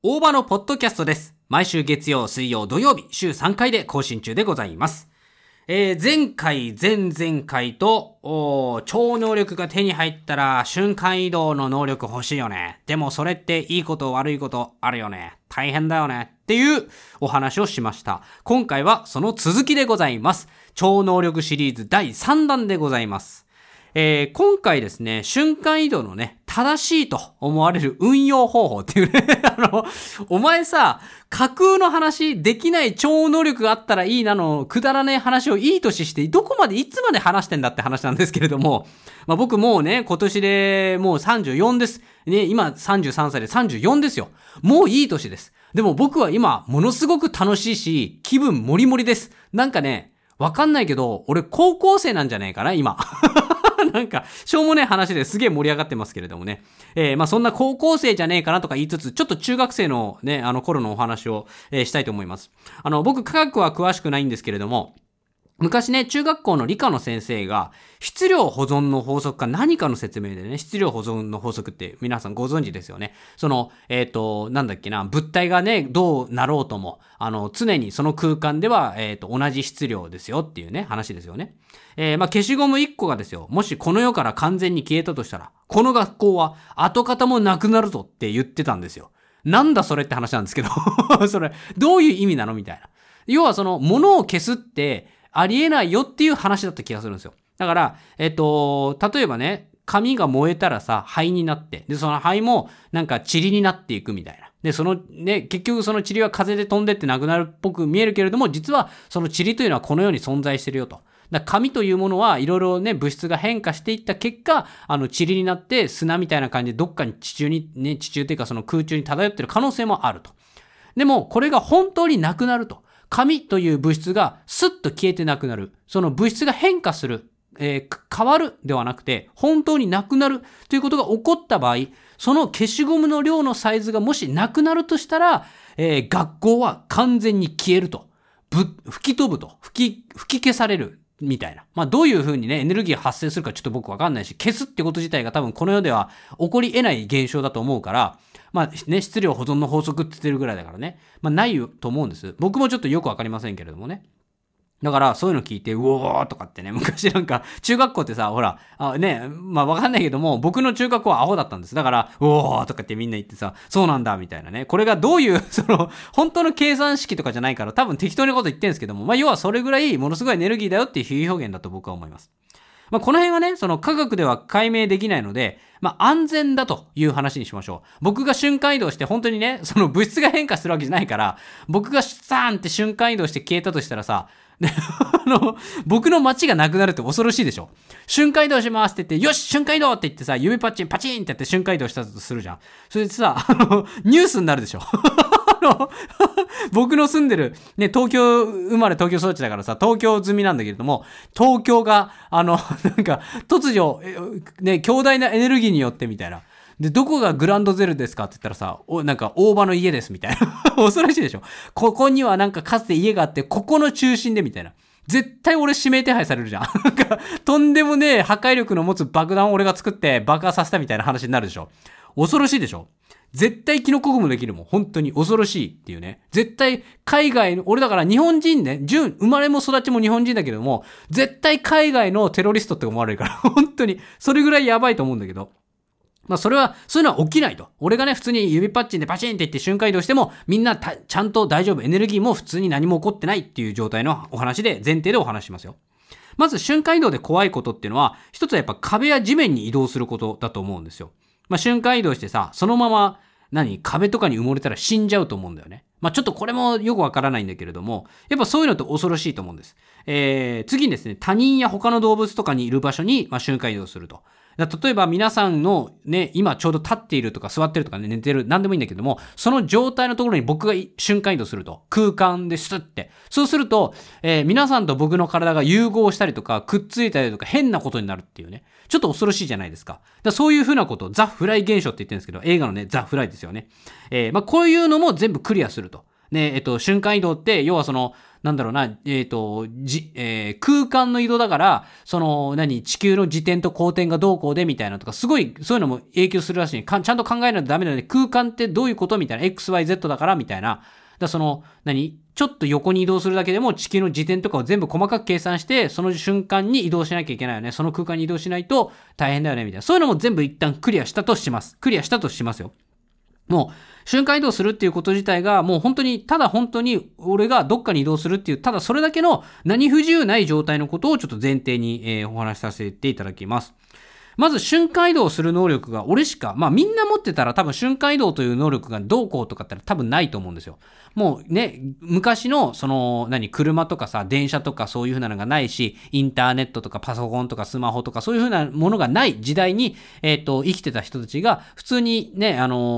大場のポッドキャストです。毎週月曜、水曜、土曜日、週3回で更新中でございます。前回、前々回と、超能力が手に入ったら瞬間移動の能力欲しいよね。でもそれっていいこと悪いことあるよね。大変だよね。っていうお話をしました。今回はその続きでございます。超能力シリーズ第3弾でございます。今回ですね、瞬間移動のね、正しいと思われる運用方法っていうね、お前さ、架空の話できない超能力があったらいいなの、くだらない話をいい年して、どこまでいつまで話してんだって話なんですけれども、僕もうね、今年でもう34です。ね、今33歳で34ですよ。もういい年です。でも僕は今、ものすごく楽しいし、気分もりもりです。なんかね、わかんないけど、俺高校生なんじゃねえかな、今。なんか、しょうもねえ話ですげえ盛り上がってますけれどもね。そんな高校生じゃねえかなとか言いつつ、ちょっと中学生のね、頃のお話を、したいと思います。僕科学は詳しくないんですけれども、昔ね、中学校の理科の先生が、質量保存の法則か何かの説明でね、質量保存の法則って皆さんご存知ですよね。なんだっけな、物体がね、どうなろうとも、常にその空間では、同じ質量ですよっていうね、話ですよね。消しゴム1個がですよ、もしこの世から完全に消えたとしたら、この学校は跡形もなくなるぞって言ってたんですよ。なんだそれって話なんですけど、それ、どういう意味なのみたいな。要は物を消すって、ありえないよっていう話だった気がするんですよ。だから、例えばね、紙が燃えたらさ、灰になって、で、その灰もなんか塵になっていくみたいな。で、結局その塵は風で飛んでってなくなるっぽく見えるけれども、実はその塵というのはこの世に存在してるよと。だから紙というものはいろいろね、物質が変化していった結果、塵になって砂みたいな感じでどっかに地中っていうかその空中に漂ってる可能性もあると。でも、これが本当になくなると。紙という物質がスッと消えてなくなる。その物質が変化する。変わるではなくて、本当になくなるということが起こった場合、その消しゴムの量のサイズがもしなくなるとしたら、学校は完全に消えると。吹き飛ぶと。吹き消される。みたいな。どういう風にね、エネルギーが発生するかちょっと僕わかんないし、消すってこと自体が多分この世では起こり得ない現象だと思うから、質量保存の法則って言ってるぐらいだからね。ないと思うんです。僕もちょっとよくわかりませんけれどもね。だからそういうの聞いて、うおーとかってね、昔なんか、中学校ってさ、ほら、わかんないけども、僕の中学校はアホだったんです。だから、うおーとかってみんな言ってさ、そうなんだ、みたいなね。これがどういう、本当の計算式とかじゃないから、多分適当なこと言ってるんですけども、要はそれぐらい、ものすごいエネルギーだよっていう比喩表現だと僕は思います。この辺はね、科学では解明できないので、安全だという話にしましょう。僕が瞬間移動して本当にね、物質が変化するわけじゃないから、僕がサーンって瞬間移動して消えたとしたらさ、僕の街がなくなるって恐ろしいでしょ。瞬間移動しますって言って、よし瞬間移動って言ってさ、指パチンパチンってやって瞬間移動したとするじゃん。それでさ、ニュースになるでしょ。僕の住んでる、ね、東京生まれ東京育ちだからさ、東京済みなんだけれども、東京が、突如、ね、強大なエネルギーによってみたいな。で、どこがグランドゼルですかって言ったらさ、大場の家ですみたいな。恐ろしいでしょ。ここにはかつて家があって、ここの中心でみたいな。絶対俺指名手配されるじゃん。とんでもねえ破壊力の持つ爆弾を俺が作って爆破させたみたいな話になるでしょ。恐ろしいでしょ。絶対キノコ雲できるもん。本当に恐ろしいっていうね。絶対海外の、俺だから日本人ね、生まれも育ちも日本人だけども、絶対海外のテロリストって思われるから、本当に。それぐらいやばいと思うんだけど。そういうのは起きないと。俺がね、普通に指パッチンでパチンって言って瞬間移動しても、みんなちゃんと大丈夫。エネルギーも普通に何も起こってないっていう状態のお話で、前提でお話しますよ。まず瞬間移動で怖いことっていうのは、一つはやっぱ壁や地面に移動することだと思うんですよ。瞬間移動してさ、そのまま、壁とかに埋もれたら死んじゃうと思うんだよね。ちょっとこれもよくわからないんだけれども、やっぱそういうのって恐ろしいと思うんです。次にですね、他人や他の動物とかにいる場所に、瞬間移動すると。例えば皆さんのね、今ちょうど立っているとか座ってるとかね、寝てる、なんでもいいんだけども、その状態のところに僕が瞬間移動すると。空間でスッって。そうすると、皆さんと僕の体が融合したりとか、くっついたりとか変なことになるっていうね。ちょっと恐ろしいじゃないですか。そういうふうなことをザ・フライ現象って言ってるんですけど、映画のね、ザ・フライですよね。こういうのも全部クリアすると。ね、瞬間移動って、要はなんだろうな、空間の移動だから、地球の自転と公転がどうこうでみたいなとか、すごい、そういうのも影響するらしい。ちゃんと考えないとダメなので、空間ってどういうことみたいな、XYZ だからみたいな。ちょっと横に移動するだけでも地球の自転とかを全部細かく計算して、その瞬間に移動しなきゃいけないよね。その空間に移動しないと大変だよね、みたいな。そういうのも全部一旦クリアしたとします。クリアしたとしますよ。もう、瞬間移動するっていうこと自体が、もう本当に、俺がどっかに移動するっていう、ただそれだけの何不自由ない状態のことをちょっと前提に、お話しさせていただきます。まず瞬間移動する能力が俺しか、みんな持ってたら多分瞬間移動という能力がどうこうとかって多分ないと思うんですよ。もうね、昔の車とかさ、電車とかそういう風なのがないし、インターネットとかパソコンとかスマホとかそういう風なものがない時代に、生きてた人たちが普通にね、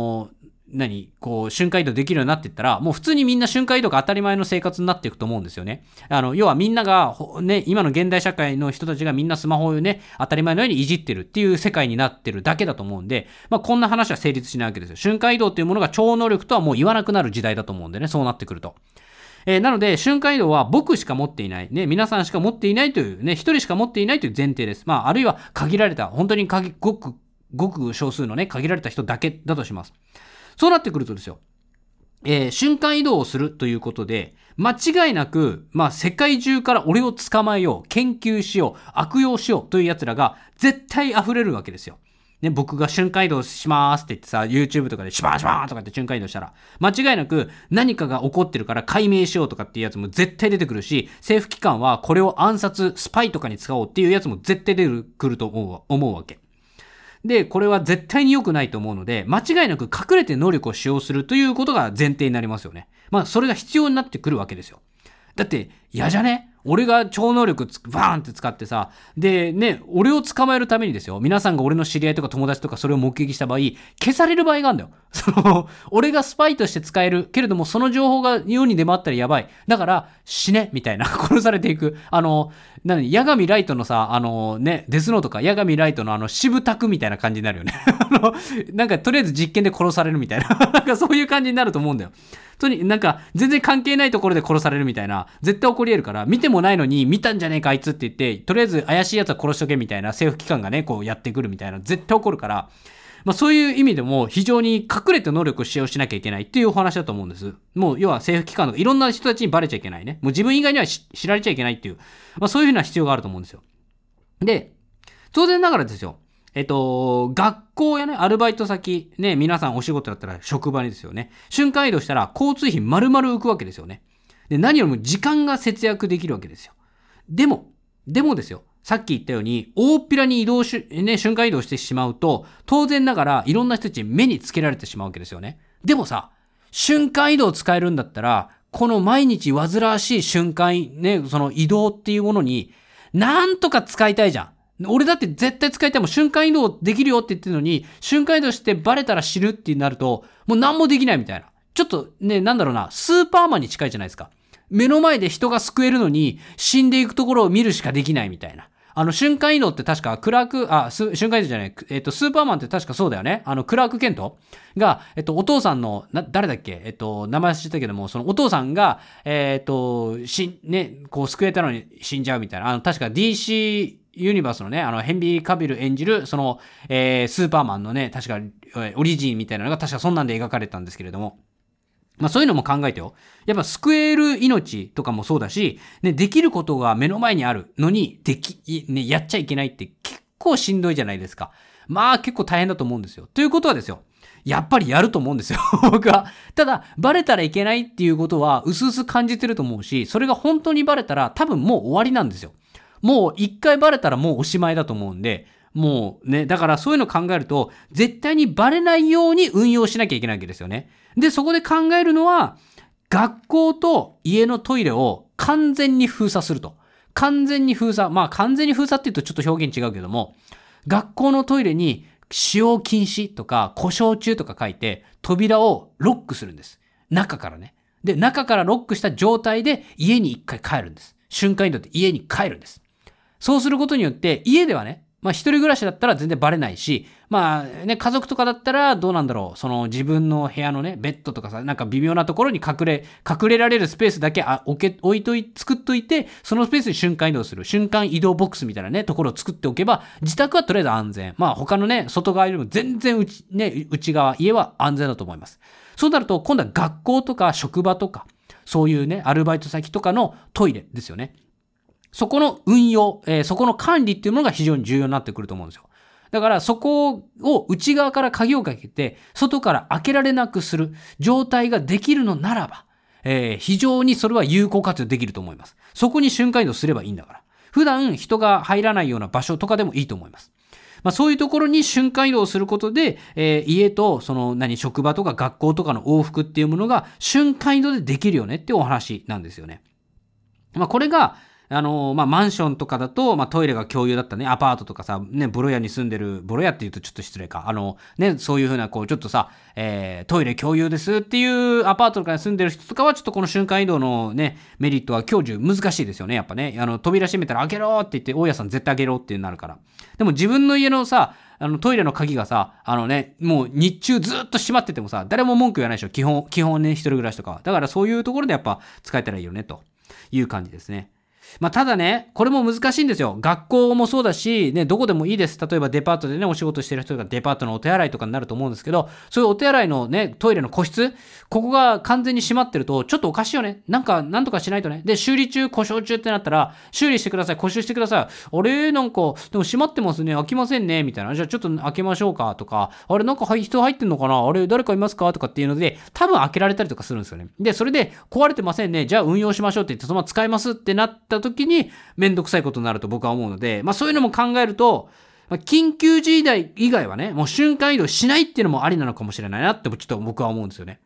瞬間移動できるようになっていったら、もう普通にみんな瞬間移動が当たり前の生活になっていくと思うんですよね。要はみんなが、ね、今の現代社会の人たちがみんなスマホをね、当たり前のようにいじってるっていう世界になってるだけだと思うんで、こんな話は成立しないわけですよ。瞬間移動っていうものが超能力とはもう言わなくなる時代だと思うんでね、そうなってくると。なので、瞬間移動は僕しか持っていない、ね、皆さんしか持っていないという、ね、一人しか持っていないという前提です。あるいは限られた、本当にごく少数のね、限られた人だけだとします。そうなってくるとですよ、瞬間移動をするということで、間違いなく、世界中から俺を捕まえよう、研究しよう、悪用しようという奴らが絶対溢れるわけですよ。ね、僕が瞬間移動しますって言ってさ、YouTube とかでシュバーシュバーとかって瞬間移動したら、間違いなく何かが起こってるから解明しようとかっていうやつも絶対出てくるし、政府機関はこれを暗殺、スパイとかに使おうっていうやつも絶対出てくると思うわけ。で、これは絶対に良くないと思うので、間違いなく隠れて能力を使用するということが前提になりますよね。それが必要になってくるわけですよ。だって、嫌じゃね？俺が超能力バーンって使ってさ、でね、俺を捕まえるためにですよ、皆さんが俺の知り合いとか友達とかそれを目撃した場合、消される場合があるんだよ。俺がスパイとして使えるけれども、その情報が世に出回ったらやばい。だから、死ねみたいな、殺されていく。八神ライトのさ、デスノートか、八神ライトの渋タクみたいな感じになるよね。とりあえず実験で殺されるみたいな。そういう感じになると思うんだよ。全然関係ないところで殺されるみたいな、絶対起こり得るから、見てもないのに見たんじゃねえかあいつって言って、とりあえず怪しい奴は殺しとけみたいな政府機関がね、こうやってくるみたいな、絶対起こるから、そういう意味でも非常に隠れた能力を使用しなきゃいけないっていうお話だと思うんです。もう要は政府機関とかいろんな人たちにバレちゃいけないね。もう自分以外には知られちゃいけないっていう、そういうふうな必要があると思うんですよ。で、当然ながらですよ。学校やね、アルバイト先、ね、皆さんお仕事だったら職場にですよね。瞬間移動したら交通費丸々浮くわけですよね。で、何よりも時間が節約できるわけですよ。でもですよ。さっき言ったように、大っぴらに瞬間移動してしまうと、当然ながらいろんな人たちに目につけられてしまうわけですよね。でもさ、瞬間移動使えるんだったら、この毎日煩わしい瞬間、ね、その移動っていうものに、なんとか使いたいじゃん。俺だって絶対使いたい。もう瞬間移動できるよって言ってるのに、瞬間移動してバレたら死ぬってなると、もう何もできないみたいな。ちょっとね、スーパーマンに近いじゃないですか。目の前で人が救えるのに、死んでいくところを見るしかできないみたいな。瞬間移動って確か瞬間移動じゃない、スーパーマンって確かそうだよね。クラークケントが、お父さんの、誰だっけ名前知ったけども、そのお父さんが、こう救えたのに死んじゃうみたいな。確か DC、ユニバースのね、ヘンリー・カビル演じる、スーパーマンのね、確か、オリジンみたいなのが確かそんなんで描かれたんですけれども。そういうのも考えてよ。やっぱ救える命とかもそうだし、ね、できることが目の前にあるのに、やっちゃいけないって結構しんどいじゃないですか。結構大変だと思うんですよ。ということはですよ。やっぱりやると思うんですよ。僕は。ただ、バレたらいけないっていうことは、薄々感じてると思うし、それが本当にバレたら多分もう終わりなんですよ。もう一回バレたらもうおしまいだと思うんで、もうね、だからそういうのを考えると、絶対にバレないように運用しなきゃいけないわけですよね。で、そこで考えるのは、学校と家のトイレを完全に封鎖すると。完全に封鎖。完全に封鎖って言うとちょっと表現違うけども、学校のトイレに使用禁止とか故障中とか書いて、扉をロックするんです。中からね。で、中からロックした状態で家に一回帰るんです。瞬間移動って家に帰るんです。そうすることによって、家ではね、 まあ一人暮らしだったら全然バレないし、まあね、家族とかだったらどうなんだろう。その自分の部屋のね、ベッドとかさ、なんか微妙なところに隠れられるスペースだけ作っといて、そのスペースに瞬間移動する。瞬間移動ボックスみたいなね、ところを作っておけば、自宅はとりあえず安全。まあ他のね、外側よりも全然内側、家は安全だと思います。そうなると、今度は学校とか職場とか、そういうね、アルバイト先とかのトイレですよね。そこの運用、そこの管理っていうものが非常に重要になってくると思うんですよ。だからそこを内側から鍵をかけて、外から開けられなくする状態ができるのならば、非常にそれは有効活用できると思います。そこに瞬間移動すればいいんだから。普段人が入らないような場所とかでもいいと思います。まあそういうところに瞬間移動することで、家と職場とか学校とかの往復っていうものが瞬間移動でできるよねっていうお話なんですよね。まあこれが、マンションとかだと、トイレが共有だったね、アパートとかさ、ね、ボロ屋に住んでる、ボロ屋って言うとちょっと失礼か。そういうふうな、ちょっとさ、トイレ共有ですっていうアパートとかに住んでる人とかは、ちょっとこの瞬間移動のね、メリットは享受難しいですよね、やっぱね。扉閉めたら開けろって言って、大家さん絶対開けろってなるから。でも自分の家のさ、トイレの鍵がさ、もう日中ずっと閉まっててもさ、誰も文句言わないでしょ。基本ね、一人暮らしとかは。だからそういうところでやっぱ使えたらいいよね、という感じですね。ただね、これも難しいんですよ。学校もそうだし、ね、どこでもいいです。例えばデパートでね、お仕事してる人がデパートのお手洗いとかになると思うんですけど、そういうお手洗いのね、トイレの個室、ここが完全に閉まってると、ちょっとおかしいよね。なんとかしないとね。で、修理中、故障中ってなったら、修理してください、故障してください。あれでも閉まってますね。開きませんね。みたいな。じゃあちょっと開けましょうか。とか、あれ人入ってんのかな、あれ誰かいますかとかっていうので、多分開けられたりとかするんですよね。で、それで壊れてませんね。じゃあ運用しましょうって言って、そのまま使いますってなった時に、めんどくさいことになると僕は思うので、そういうのも考えると、緊急時代以外はね、もう瞬間移動しないっていうのもありなのかもしれないなってちょっと僕は思うんですよね。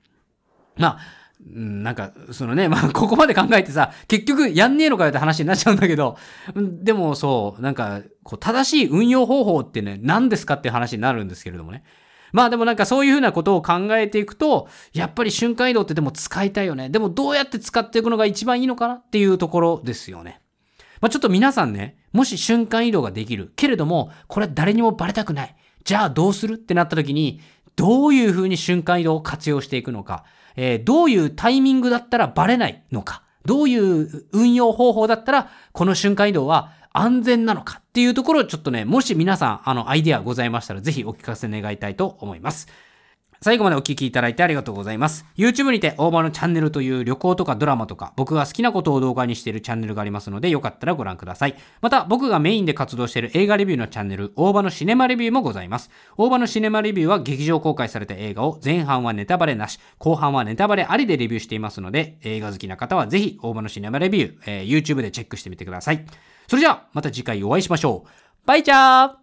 ここまで考えてさ、結局やんねえのかよって話になっちゃうんだけど、でもそう、正しい運用方法ってね、何ですかっていう話になるんですけれどもね。でもそういうふうなことを考えていくと、やっぱり瞬間移動ってでも使いたいよね。でもどうやって使っていくのが一番いいのかなっていうところですよね。ちょっと皆さんね、もし瞬間移動ができる。けれども、これ誰にもバレたくない。じゃあどうするってなった時に、どういうふうに瞬間移動を活用していくのか。どういうタイミングだったらバレないのか。どういう運用方法だったら、この瞬間移動は安全なのかっていうところをちょっとね、もし皆さん、アイデアございましたら、ぜひお聞かせ願いたいと思います。最後までお聞きいただいてありがとうございます。YouTube にて大場のチャンネルという旅行とかドラマとか僕が好きなことを動画にしているチャンネルがありますのでよかったらご覧ください。また僕がメインで活動している映画レビューのチャンネル大場のシネマレビューもございます。大場のシネマレビューは劇場公開された映画を前半はネタバレなし、後半はネタバレありでレビューしていますので映画好きな方はぜひ大場のシネマレビュー、YouTube でチェックしてみてください。それじゃあまた次回お会いしましょう。バイチャー。